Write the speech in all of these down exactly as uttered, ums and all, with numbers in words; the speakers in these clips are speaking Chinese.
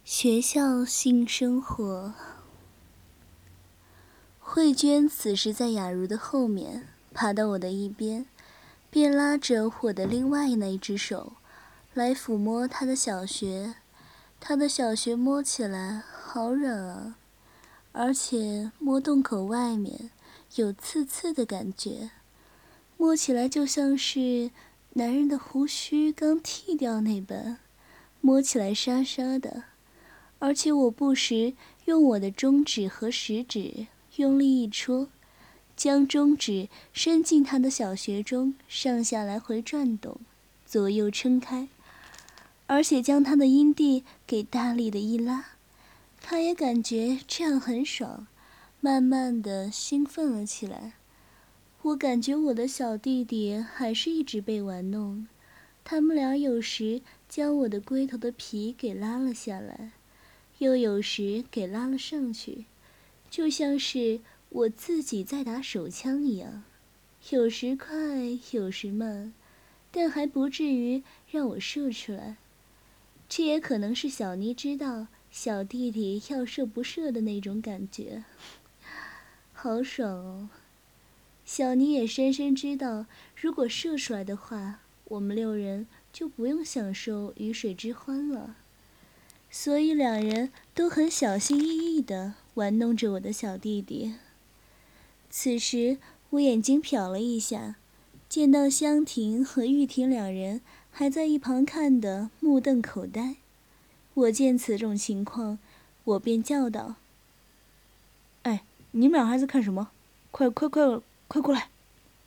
学校性生活。慧娟此时在雅茹的后面，爬到我的一边，便拉着我的另外那一只手，来抚摸她的小穴。她的小穴摸起来好软啊，而且摸洞口外面有刺刺的感觉，摸起来就像是男人的胡须刚剃掉那般，摸起来沙沙的。而且我不时用我的中指和食指用力一戳，将中指伸进他的小穴中，上下来回转动，左右撑开，而且将他的阴蒂给大力的一拉，他也感觉这样很爽，慢慢的兴奋了起来。我感觉我的小弟弟还是一直被玩弄，他们俩有时将我的龟头的皮给拉了下来，又有时给拉了上去，就像是我自己在打手枪一样，有时快有时慢，但还不至于让我射出来。这也可能是小妮知道小弟弟要射不射的那种感觉，好爽哦。小妮也深深知道，如果射出来的话，我们六人就不用享受鱼水之欢了。所以两人都很小心翼翼地玩弄着我的小弟弟。此时我眼睛瞟了一下，见到香婷和玉婷两人还在一旁看得目瞪口呆。我见此种情况，我便叫道：“哎，你们俩还在看什么？快快快快过来！”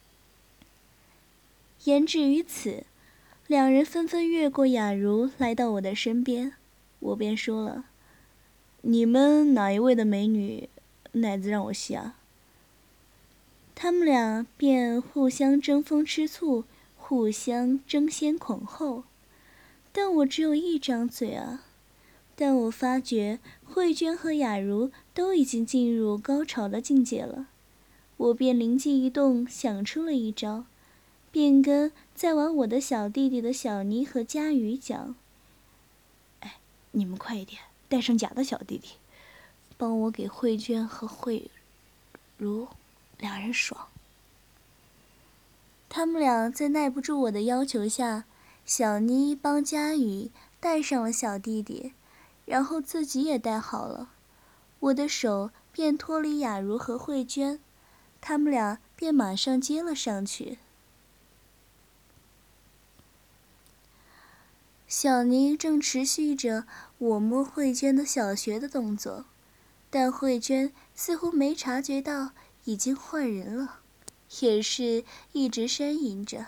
言至于此，两人纷纷越过雅茹来到我的身边，我便说了：“你们哪一位的美女奶子让我吸啊？”他们俩便互相争风吃醋，互相争先恐后。但我只有一张嘴啊！但我发觉慧娟和雅茹都已经进入高潮的境界了，我便灵机一动，想出了一招，便跟在玩我的小弟弟的小妮和佳瑜讲：“哎，你们快一点，带上假的小弟弟，帮我给慧娟和慧茹两人爽。”他们俩在耐不住我的要求下，小妮帮佳瑜带上了小弟弟，然后自己也带好了。我的手便脱离雅茹和慧娟，他们俩便马上接了上去。小妮正持续着我摸慧娟的小穴的动作，但慧娟似乎没察觉到已经换人了，也是一直呻吟着。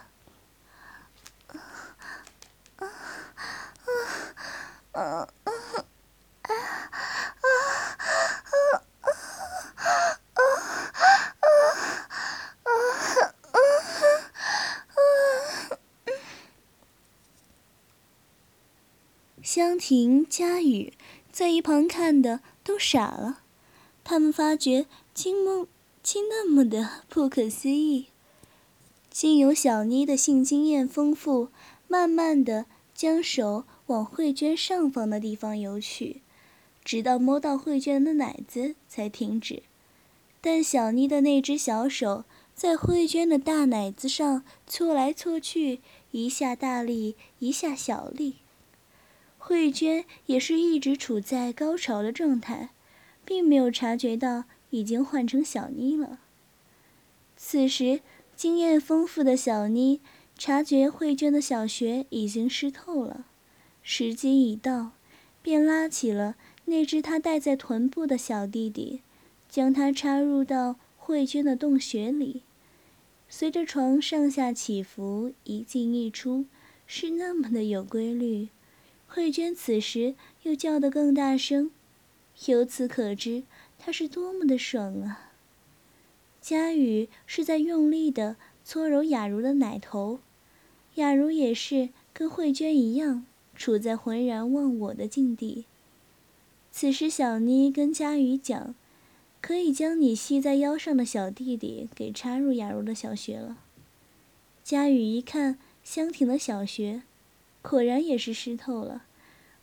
香婷、佳宇在一旁看的都傻了，他们发觉竟梦竟那么的不可思议。经由小妮的性经验丰富，慢慢的将手往慧娟上方的地方游去，直到摸到慧娟的奶子才停止。但小妮的那只小手在慧娟的大奶子上搓来搓去，一下大力，一下小力。慧娟也是一直处在高潮的状态，并没有察觉到已经换成小妮了。此时经验丰富的小妮察觉慧娟的小穴已经湿透了，时机已到，便拉起了那只她戴在臀部的小弟弟，将它插入到慧娟的洞穴里。随着床上下起伏，一进一出，是那么的有规律。慧娟此时又叫得更大声，由此可知她是多么的爽啊！佳宇是在用力地搓揉雅茹的奶头，雅茹也是跟慧娟一样，处在浑然忘我的境地。此时小妮跟佳宇讲，可以将你系在腰上的小弟弟给插入雅茹的小穴了。佳宇一看香婷的小穴，果然也是湿透了，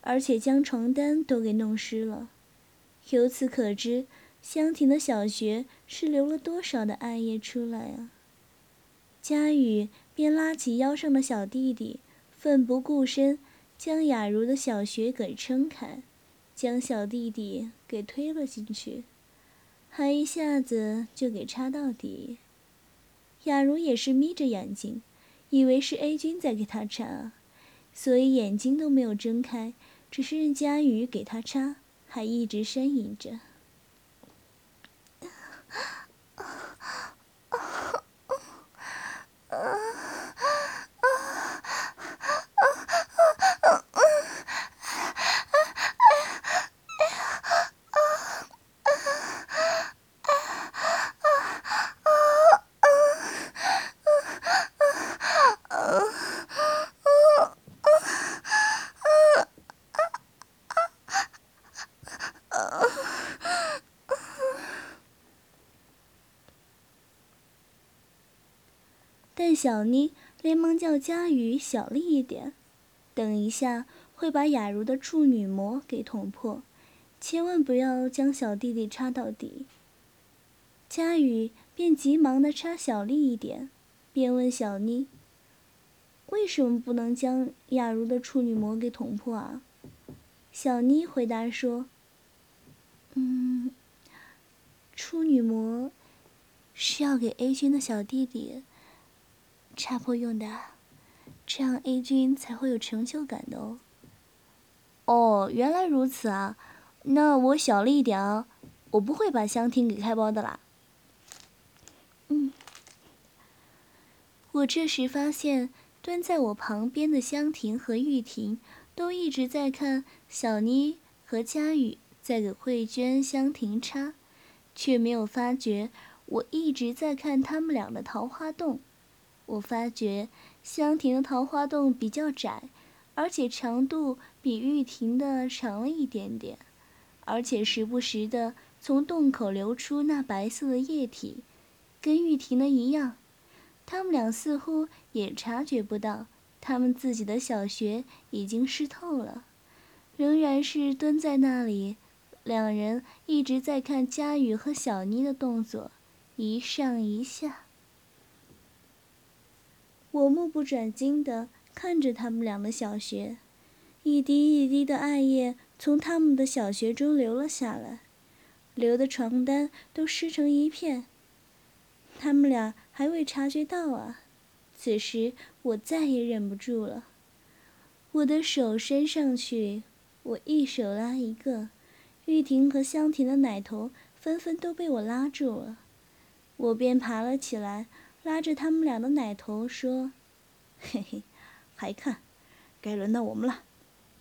而且将床单都给弄湿了。由此可知，香婷的小穴是流了多少的艾叶出来啊！佳宇便拉起腰上的小弟弟，奋不顾身将雅茹的小穴给撑开，将小弟弟给推了进去，还一下子就给插到底。雅茹也是眯着眼睛，以为是 A 君在给她插，所以眼睛都没有睁开，只是任佳宇给她插，还一直呻吟着。但小妮连忙叫佳宇小力一点，等一下会把雅茹的处女膜给捅破，千万不要将小弟弟插到底。佳宇便急忙地插小力一点，便问小妮：“为什么不能将雅茹的处女膜给捅破啊？”小妮回答说：“嗯，处女膜是要给 A 君的小弟弟插破用的，这样 A 君才会有成就感的哦。”哦，原来如此啊，那我小力一点啊，我不会把香婷给开包的啦。嗯，我这时发现蹲在我旁边的香婷和玉婷都一直在看小妮和佳宇在给慧娟、香婷插，却没有发觉我一直在看他们俩的桃花洞。我发觉香婷的桃花洞比较窄，而且长度比玉婷的长了一点点，而且时不时的从洞口流出那白色的液体，跟玉婷的一样。他们俩似乎也察觉不到他们自己的小穴已经湿透了，仍然是蹲在那里，两人一直在看佳宇和小妮的动作，一上一下。我目不转睛地看着他们俩的小穴，一滴一滴的艾叶从他们的小穴中流了下来，流的床单都湿成一片。他们俩还未察觉到啊！此时我再也忍不住了，我的手伸上去，我一手拉一个，玉婷和香婷的奶头纷纷都被我拉住了，我便爬了起来，拉着他们俩的奶头说：“嘿嘿，还看，该轮到我们了。”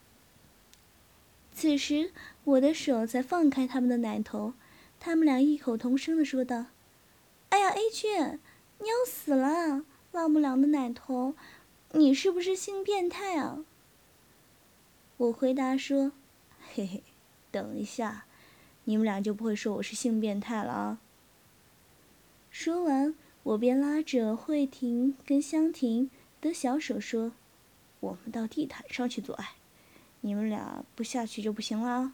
此时我的手才放开他们的奶头，他们俩异口同声地说道：“哎呀 A 君，你要死了，拉我们俩的奶头，你是不是性变态啊？”我回答说：“嘿嘿，等一下，你们俩就不会说我是性变态了啊。”说完，我便拉着慧婷跟香婷的小手说：“我们到地毯上去做爱，你们俩不下去就不行了啊。”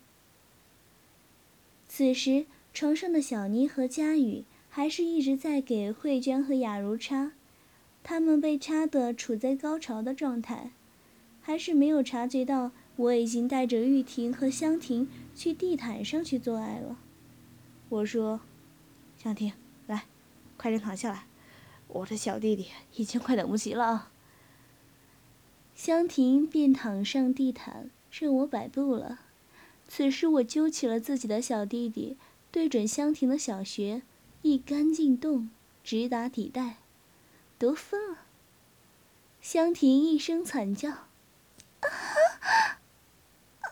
此时，床上的小妮和佳宇还是一直在给慧娟和雅茹插，他们被插得处在高潮的状态，还是没有察觉到我已经带着玉婷和香婷去地毯上去做爱了。我说：“香婷，来，快点躺下来，我的小弟弟已经快等不及了啊。”香婷便躺上地毯，任我摆布了。此时我揪起了自己的小弟弟，对准香婷的小穴，一杆进洞，直达底带，得分了。香婷一声惨叫，啊啊啊，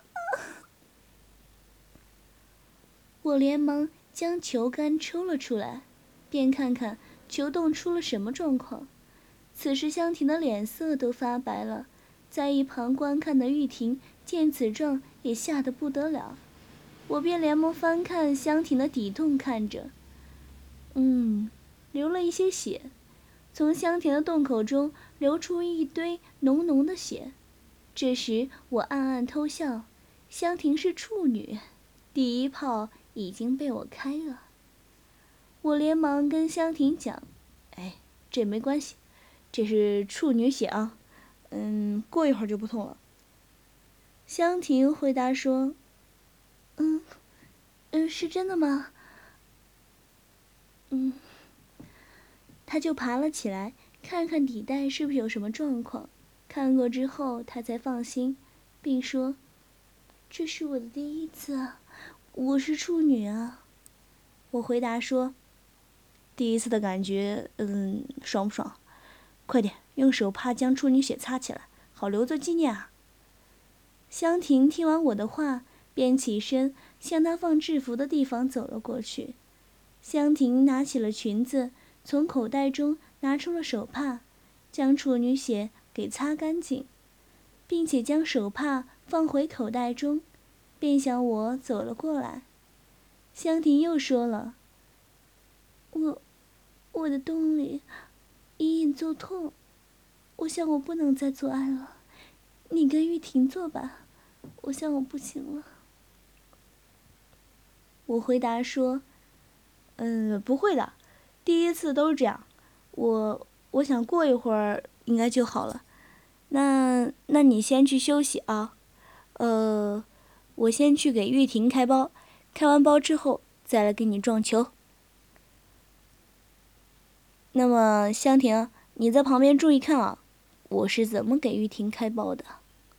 我连忙将球杆抽了出来，便看看球洞出了什么状况。此时香婷的脸色都发白了，在一旁观看的玉婷见此状也吓得不得了，我便连忙翻看香婷的底洞，看着，嗯，流了一些血，从香婷的洞口中流出一堆浓浓的血。这时我暗暗偷笑， 香婷是处女，第一炮已经被我开了。我连忙跟香婷讲：“哎，这没关系，这是处女血啊，嗯，过一会儿就不痛了。”香婷回答说：“嗯，嗯，是真的吗？”嗯，她就爬了起来，看看底带是不是有什么状况。看过之后，她才放心，并说：“这是我的第一次啊，我是处女啊。”我回答说：“第一次的感觉，嗯，爽不爽？快点用手帕将处女血擦起来，好留作纪念啊。”香婷听完我的话，便起身向她放制服的地方走了过去。香婷拿起了裙子，从口袋中拿出了手帕，将处女血给擦干净，并且将手帕放回口袋中，便向我走了过来。香婷又说了：“我，我的洞里隐隐作痛，我想我不能再做爱了，你跟玉婷做吧，我想我不行了。”我回答说：“嗯，不会的，第一次都是这样，我我想过一会儿应该就好了。那那你先去休息啊，呃，我先去给玉婷开包，开完包之后再来给你撞球。那么香婷，你在旁边注意看啊，我是怎么给玉婷开包的。”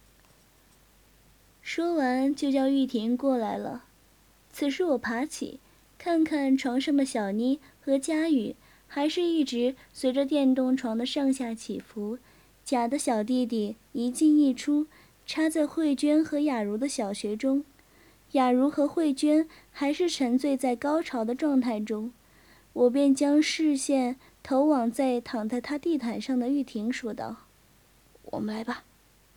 说完就叫玉婷过来了。此时我爬起，看看床上的小妮和佳宇，还是一直随着电动床的上下起伏。假的小弟弟一进一出，插在慧娟和雅茹的小穴中。雅茹和慧娟还是沉醉在高潮的状态中，我便将视线投往在躺在她地毯上的玉婷，说道：“我们来吧。”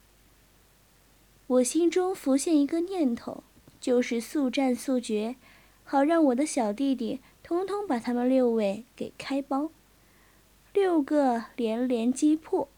我心中浮现一个念头，就是速战速决，好让我的小弟弟统统把他们六位给开包，六个连连击破。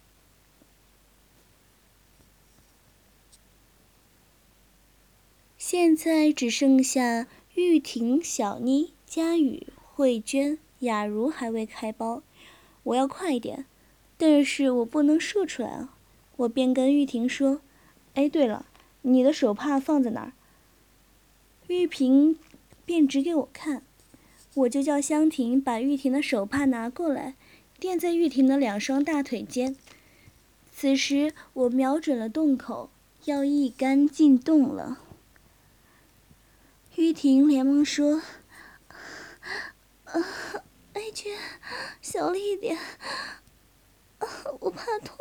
现在只剩下玉婷、小妮、佳宇、慧娟、雅茹还未开包，我要快一点，但是我不能射出来啊！我便跟玉婷说：“哎，对了，你的手帕放在哪儿？”玉萍便指给我看，我就叫香婷把玉婷的手帕拿过来，垫在玉婷的两双大腿间。此时我瞄准了洞口，要一杆进洞了。玉婷连忙说：“啊，哀娟，小力一点，啊，我怕痛。”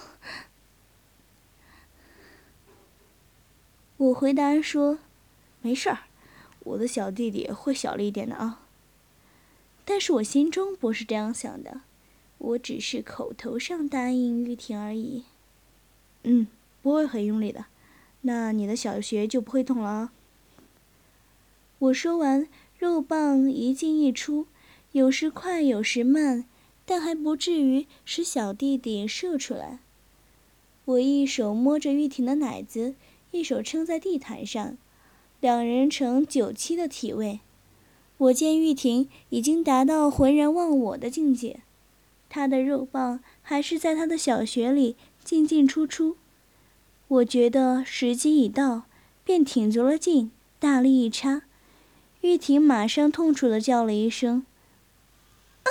我回答说：“没事儿，我的小弟弟会小力一点的啊。”但是我心中不是这样想的，我只是口头上答应玉婷而已。嗯，不会很用力的，那你的小穴就不会痛了啊。我说完，肉棒一进一出，有时快有时慢，但还不至于使小弟弟射出来。我一手摸着玉婷的奶子，一手撑在地毯上，两人呈九七的体位。我见玉婷已经达到浑然忘我的境界，她的肉棒还是在她的小穴里进进出出。我觉得时机已到，便挺足了劲，大力一插。玉婷马上痛楚地叫了一声：“啊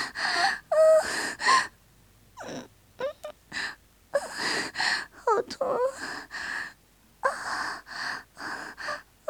啊啊！好痛啊！啊！”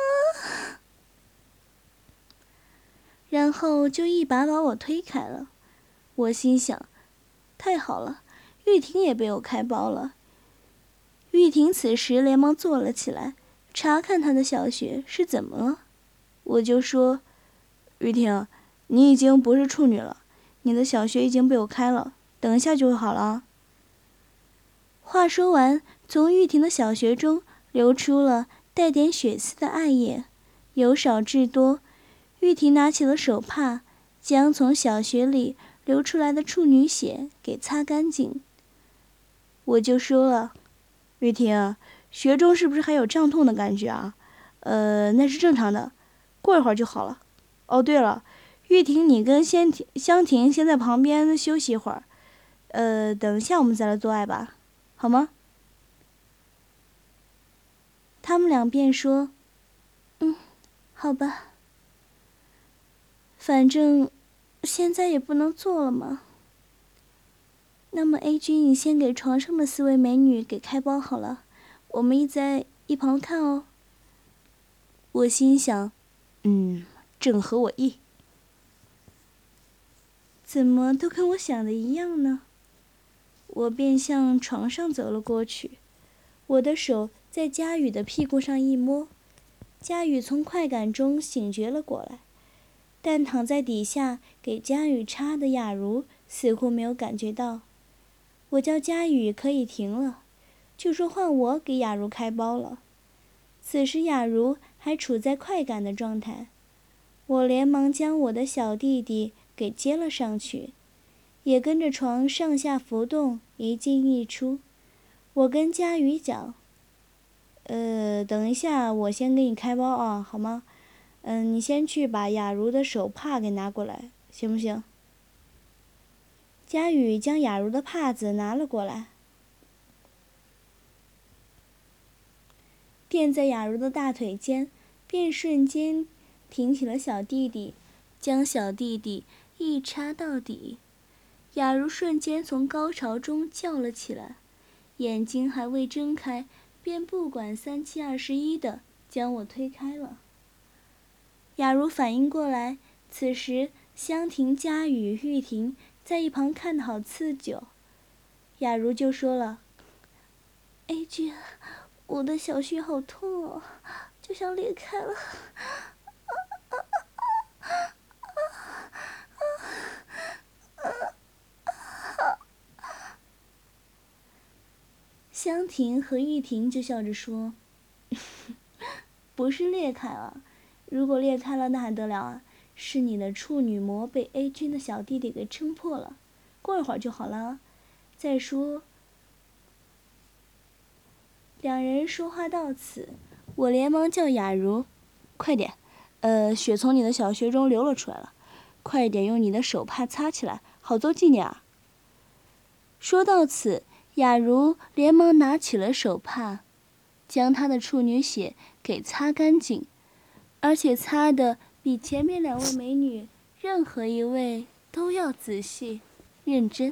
然后就一把把我推开了。我心想，太好了，玉婷也被我开包了。玉婷此时连忙坐了起来，查看她的小穴是怎么了。我就说：“玉婷，你已经不是处女了，你的小穴已经被我开了，等一下就会好了。”话说完，从玉婷的小穴中流出了带点血丝的艾叶，由少至多。玉婷拿起了手帕，将从小穴里流出来的处女血给擦干净。我就说了：“玉婷， 穴中是不是还有胀痛的感觉啊？呃，那是正常的，过一会儿就好了。哦，对了，玉婷，你跟香婷香婷先在旁边休息一会儿，呃，等一下我们再来做爱吧，好吗？他们俩便说：“ 嗯，好吧，反正现在也不能做了嘛。那么 A 君，你先给床上的四位美女给开包好了，我们一在一旁看哦。” 我心想，嗯，正合我意。怎么都跟我想的一样呢？我便向床上走了过去，我的手在佳宇的屁股上一摸，佳宇从快感中醒觉了过来，但躺在底下给佳宇插的雅茹似乎没有感觉到。我叫佳宇可以停了，就说换我给雅茹开包了。此时雅茹还处在快感的状态，我连忙将我的小弟弟给接了上去，也跟着床上下浮动，一进一出。我跟佳宇讲：“呃，等一下，我先给你开包啊，好吗？嗯，你先去把雅茹的手帕给拿过来，行不行？”佳宇将雅茹的帕子拿了过来，垫在雅茹的大腿间，便瞬间挺起了小弟弟，将小弟弟一插到底。雅茹瞬间从高潮中叫了起来，眼睛还未睁开，便不管三七二十一的将我推开了。雅茹反应过来，此时香婷、佳宇、玉婷在一旁看得好刺激。雅茹就说了：“ A 君，我的小穴好痛哦，就像裂开了。” 香婷和玉婷就笑着说：“不是裂开了，如果裂开了那还得了啊？是你的处女膜被 A 君的小弟弟给撑破了，过一会儿就好了。再说……”两人说话到此，我连忙叫雅茹：“快点，呃，血从你的小穴中流了出来了，快点用你的手帕擦起来，好做纪念啊！”说到此，雅茹连忙拿起了手帕，将她的处女血给擦干净，而且擦的比前面两位美女任何一位都要仔细、认真。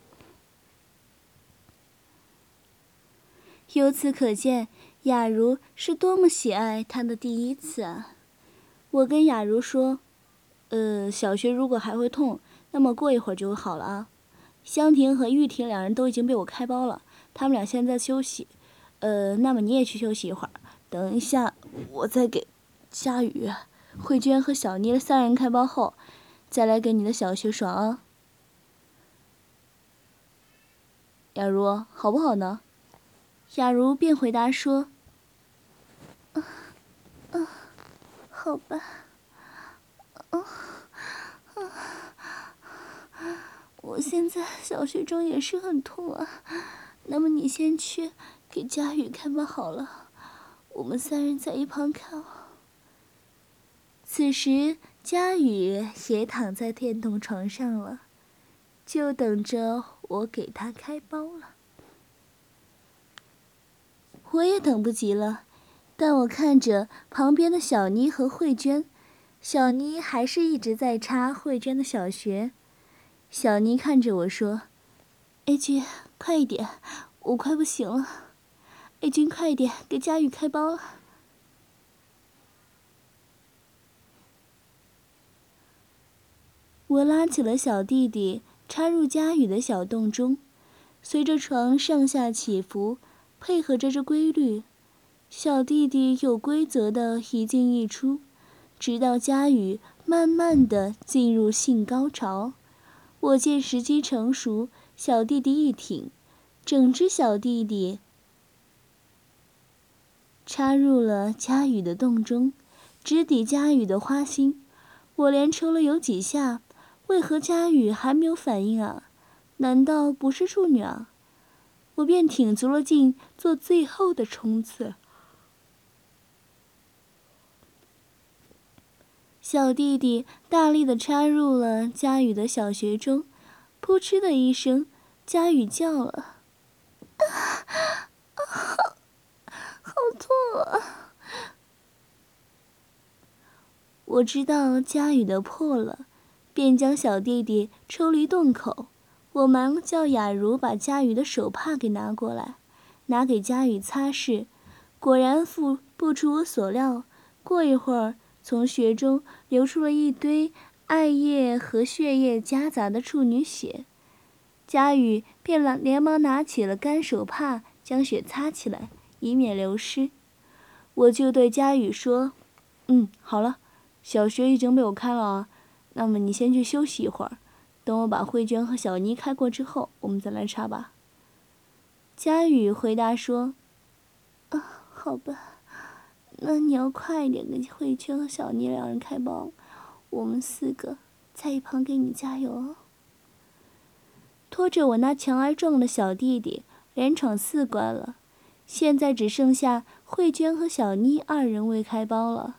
由此可见，雅茹是多么喜爱她的第一次啊！我跟雅茹说：“呃，小穴如果还会痛，那么过一会儿就会好了啊。香婷和玉婷两人都已经被我开包了，他们俩现在休息。呃，那么你也去休息一会儿，等一下我再给佳宇、慧娟和小妮三人开包后，再来给你的小穴爽啊。雅茹，好不好呢？”雅茹便回答说：“ 嗯、呃呃，好吧，嗯、呃呃，我现在小穴中也是很痛啊。那么你先去给佳宇开包好了，我们三人在一旁看。” 此时佳宇也躺在电动床上了，就等着我给他开包了。我也等不及了，但我看着旁边的小妮和慧娟，小妮还是一直在插慧娟的小穴。小妮看着我说：“A 君，快一点，我快不行了。A 君，快一点，给佳宇开包了。”我拉起了小弟弟，插入佳宇的小洞中，随着床上下起伏，配合着这规律，小弟弟有规则的一进一出，直到佳宇慢慢的进入性高潮。我见时机成熟，小弟弟一挺，整只小弟弟插入了佳宇的洞中，直抵佳宇的花心。我连抽了有几下，为何佳宇还没有反应啊？难道不是处女啊？ 我便挺足了劲做最后的冲刺。小弟弟大力地插入了佳宇的小穴中，扑哧的一声，佳宇叫了：“啊啊，好痛啊！”我知道佳宇的破了，便将小弟弟抽离洞口。我忙叫雅茹把佳宇的手帕给拿过来，拿给佳宇擦拭。果然不不出我所料，过一会儿，从穴中流出了一堆艾叶和血液夹杂的处女血。佳宇便连忙拿起了干手帕，将血擦起来，以免流失。我就对佳宇说：“嗯，好了，小穴已经被我开了啊，那么你先去休息一会儿，等我把慧娟和小妮开过之后，我们再来插吧。”佳宇回答说：“啊，好吧，那你要快一点给慧娟和小妮两人开包，我们四个在一旁给你加油哦。”拖着我那强而壮的小弟弟，连闯四关了，现在只剩下慧娟和小妮二人未开包了。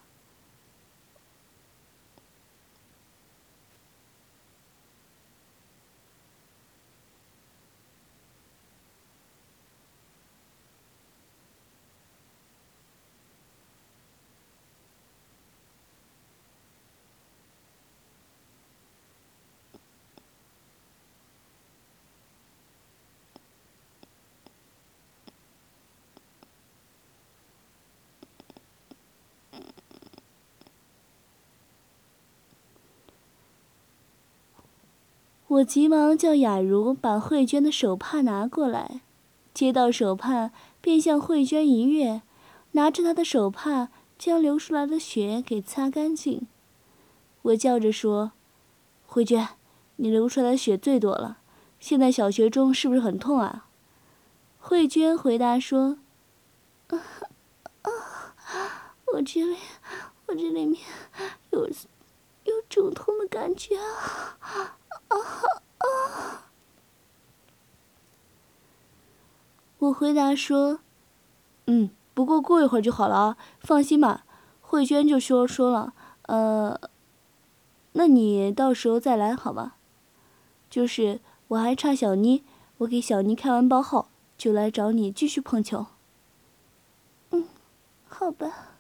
我急忙叫雅茹把慧娟的手帕拿过来，接到手帕便向慧娟一跃，拿着她的手帕将流出来的血给擦干净。我叫着说：“慧娟，你流出来的血最多了，现在小穴中是不是很痛啊？”慧娟回答说：“啊啊，我这里，我这里面有有肿痛的感觉啊啊啊！”我回答说：“嗯，不过过一会儿就好了啊，放心吧。”慧娟就说说了：“呃，那你到时候再来好吧？就是我还差小妮，我给小妮开完包后就来找你继续碰球。”“嗯，好吧。”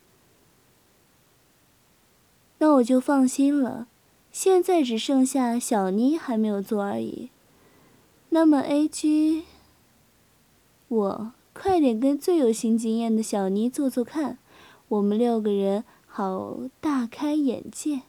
那我就放心了，现在只剩下小妮还没有做而已。那么 A G， 我快点跟最有新经验的小妮做做看，我们六个人好大开眼界。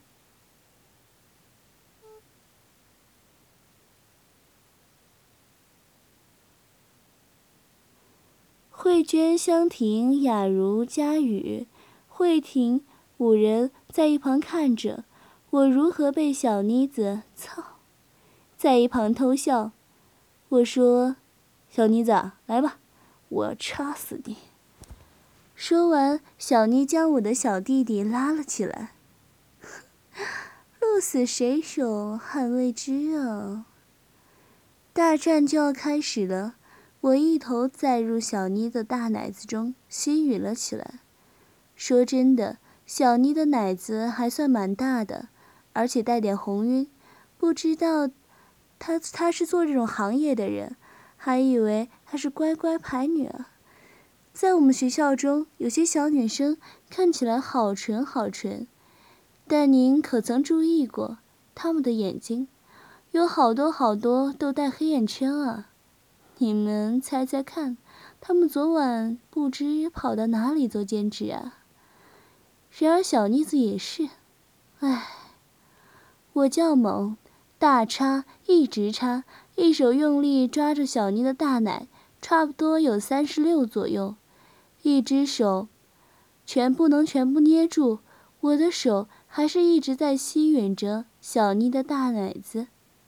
慧娟、香婷、雅茹、佳宇、慧婷五人在一旁看着我如何被小妮子操，在一旁偷笑。我说：“小妮子，来吧，我要插死你。”说完，小妮将我的小弟弟拉了起来。鹿死谁手还未知啊！大战就要开始了，我一头栽入小妮的大奶子中，吸吮了起来。说真的，小妮的奶子还算蛮大的，而且带点红晕，不知道她她是做这种行业的人，还以为她是乖乖牌女啊。在我们学校中，有些小女生看起来好纯好纯，但您可曾注意过她们的眼睛？有好多好多都带黑眼圈啊！你们猜猜看，她们昨晚不知跑到哪里做兼职啊？然而小妮子也是，唉，我较猛，大插一直插，一手用力抓着小妮的大奶，差不多有三十六左右。一只手全不能全部捏住，我的手还是一直在吸吮着小妮的大奶子，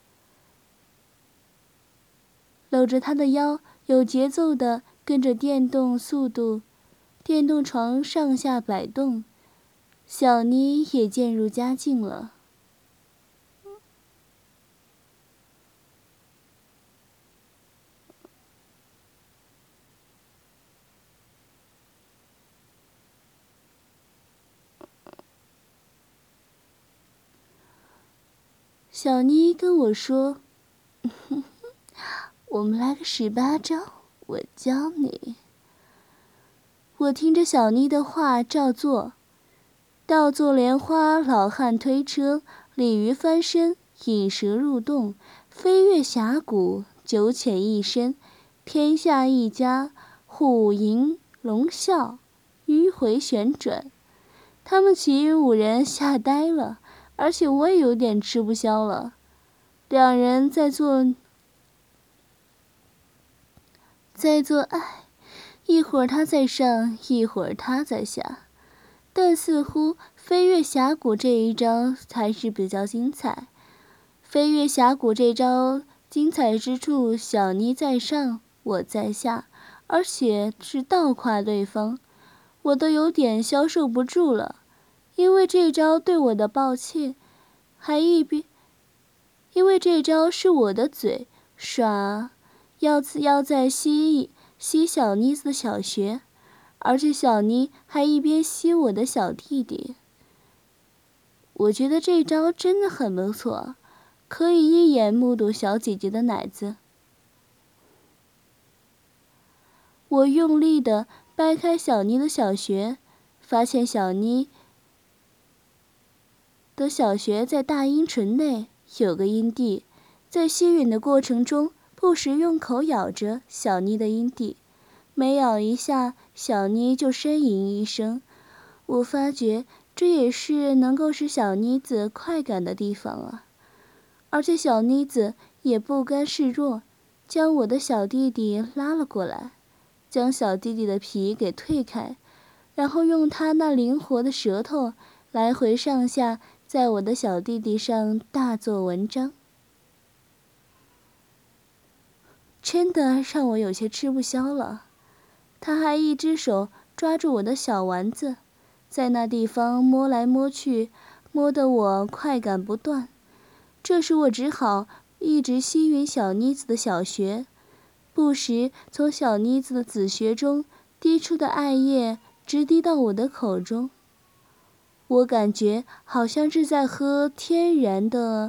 搂着她的腰，有节奏地跟着电动速度，电动床上下摆动。小妮也渐入佳境了。 小妮跟我说：“我们来个十八招，我教你。”我听着小妮的话照做，倒坐莲花、老汉推车、鲤鱼翻身、引蛇入洞、飞越峡谷、九浅一深、天下一家、虎吟龙啸、迂回旋转。他们其余五人吓呆了，而且我也有点吃不消了。两人在做在做爱，一会儿他在上，一会儿他在下，但似乎飞越峡谷这一招才是比较精彩。飞越峡谷这招精彩之处，小妮在上，我在下，而且是倒跨对方，我都有点消受不住了。因为这招对我的抱歉，还一边，因为这招是我的嘴耍要要在吸吸小妮子的小穴，而且小妮还一边吸我的小弟弟。我觉得这招真的很不错，可以一眼目睹小姐姐的奶子。我用力地掰开小妮的小穴，发现小妮的小穴在大阴唇内有个阴蒂，在吸吮的过程中不时用口咬着小妮的阴蒂，每咬一下，小妮就呻吟一声。我发觉这也是能够使小妮子快感的地方啊。而且小妮子也不甘示弱，将我的小弟弟拉了过来，将小弟弟的皮给退开，然后用他那灵活的舌头来回上下在我的小弟弟上大做文章，真的让我有些吃不消了。他还一只手抓住我的小丸子，在那地方摸来摸去，摸得我快感不断。这时我只好一直吸吮小妮子的小穴，不时从小妮子的子穴中滴出的艾叶直滴到我的口中。我感觉好像是在喝天然的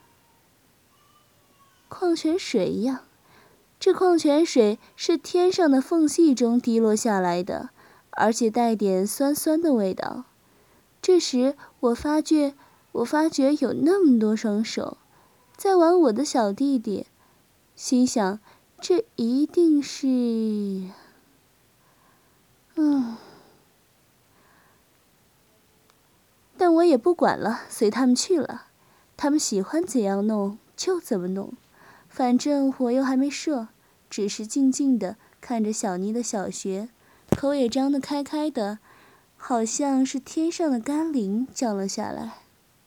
矿泉水一样，这矿泉水是天上的缝隙中滴落下来的，而且带点酸酸的味道。这时我发觉我发觉有那么多双手在玩我的小弟弟，心想这一定是嗯但我也不管了，随他们去了，他们喜欢怎样弄就怎么弄，反正我又还没射，只是静静地看着小妮的小穴，口也张得开开的，好像是天上的甘霖降了下来。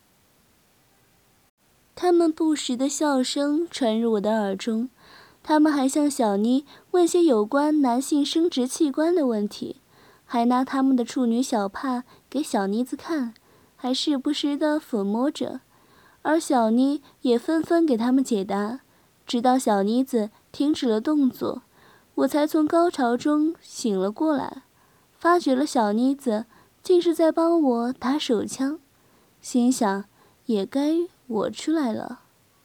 他们不时的笑声传入我的耳中，他们还向小妮问些有关男性生殖器官的问题，还拿他们的处女小帕给小妮子看，还时不时的抚摸着，而小妮也纷纷给他们解答，直到小妮子停止了动作，我才从高潮中醒了过来，发觉了小妮子竟是在帮我打手枪，心想也该我出来了。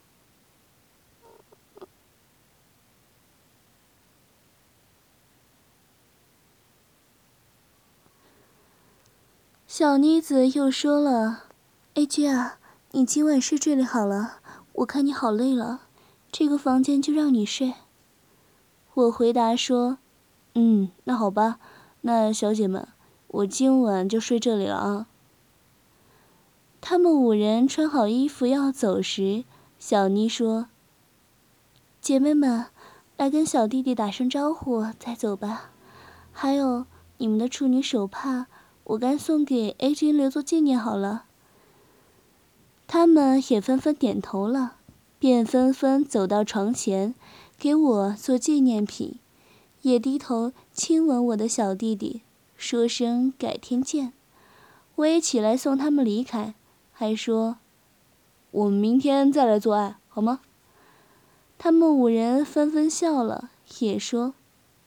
小妮子又说了 ：“A J 啊，你今晚睡这里好了，我看你好累了，这个房间就让你睡。”我回答说：“嗯，那好吧，那小姐们，我今晚就睡这里了啊。”他们五人穿好衣服要走时，小妮说：“姐妹们，来跟小弟弟打声招呼再走吧。还有你们的处女手帕，我该送给 A 君留作纪念好了。”他们也纷纷点头了，便纷纷走到床前，给我做纪念品，也低头亲吻我的小弟弟，说声改天见。我也起来送他们离开，还说：“我们明天再来做爱，好吗？”他们五人纷纷笑了，也说：“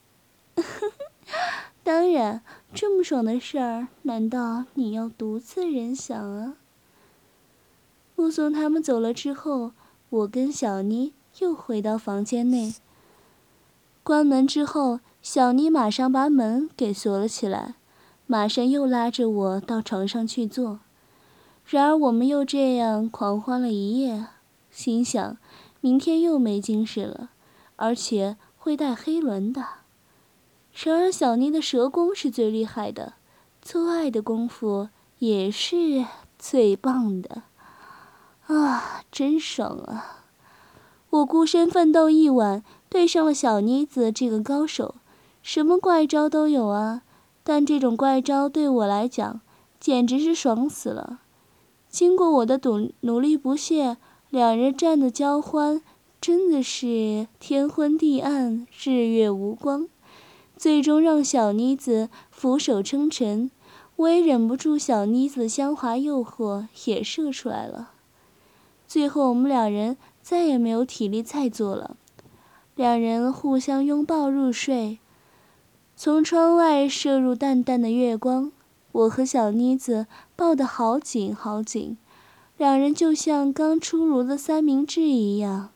当然，这么爽的事儿，难道你要独自人享啊？” 目送他们走了之后，我跟小妮又回到房间内。关门之后，小妮马上把门给锁了起来，马上又拉着我到床上去坐。然而我们又这样狂欢了一夜，心想明天又没精神了，而且会带黑轮的。然而小妮的蛇功是最厉害的，做爱的功夫也是最棒的。啊，真爽啊！我孤身奋斗一晚，对上了小妮子这个高手，什么怪招都有啊，但这种怪招对我来讲简直是爽死了。经过我的努努力不懈，两人站的交欢真的是天昏地暗，日月无光，最终让小妮子俯首称臣。我也忍不住小妮子的香滑诱惑，也射出来了。最后我们两人再也没有体力再做了，两人互相拥抱入睡。从窗外射入淡淡的月光，我和小妮子抱得好紧好紧，两人就像刚出炉的三明治一样。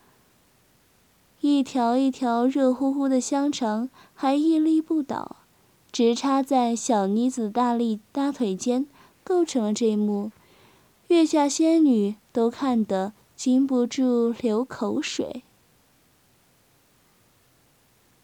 一条一条热乎乎的香肠还屹立不倒，直插在小妮子大力大腿间，构成了这一幕。月下仙女都看得禁不住流口水。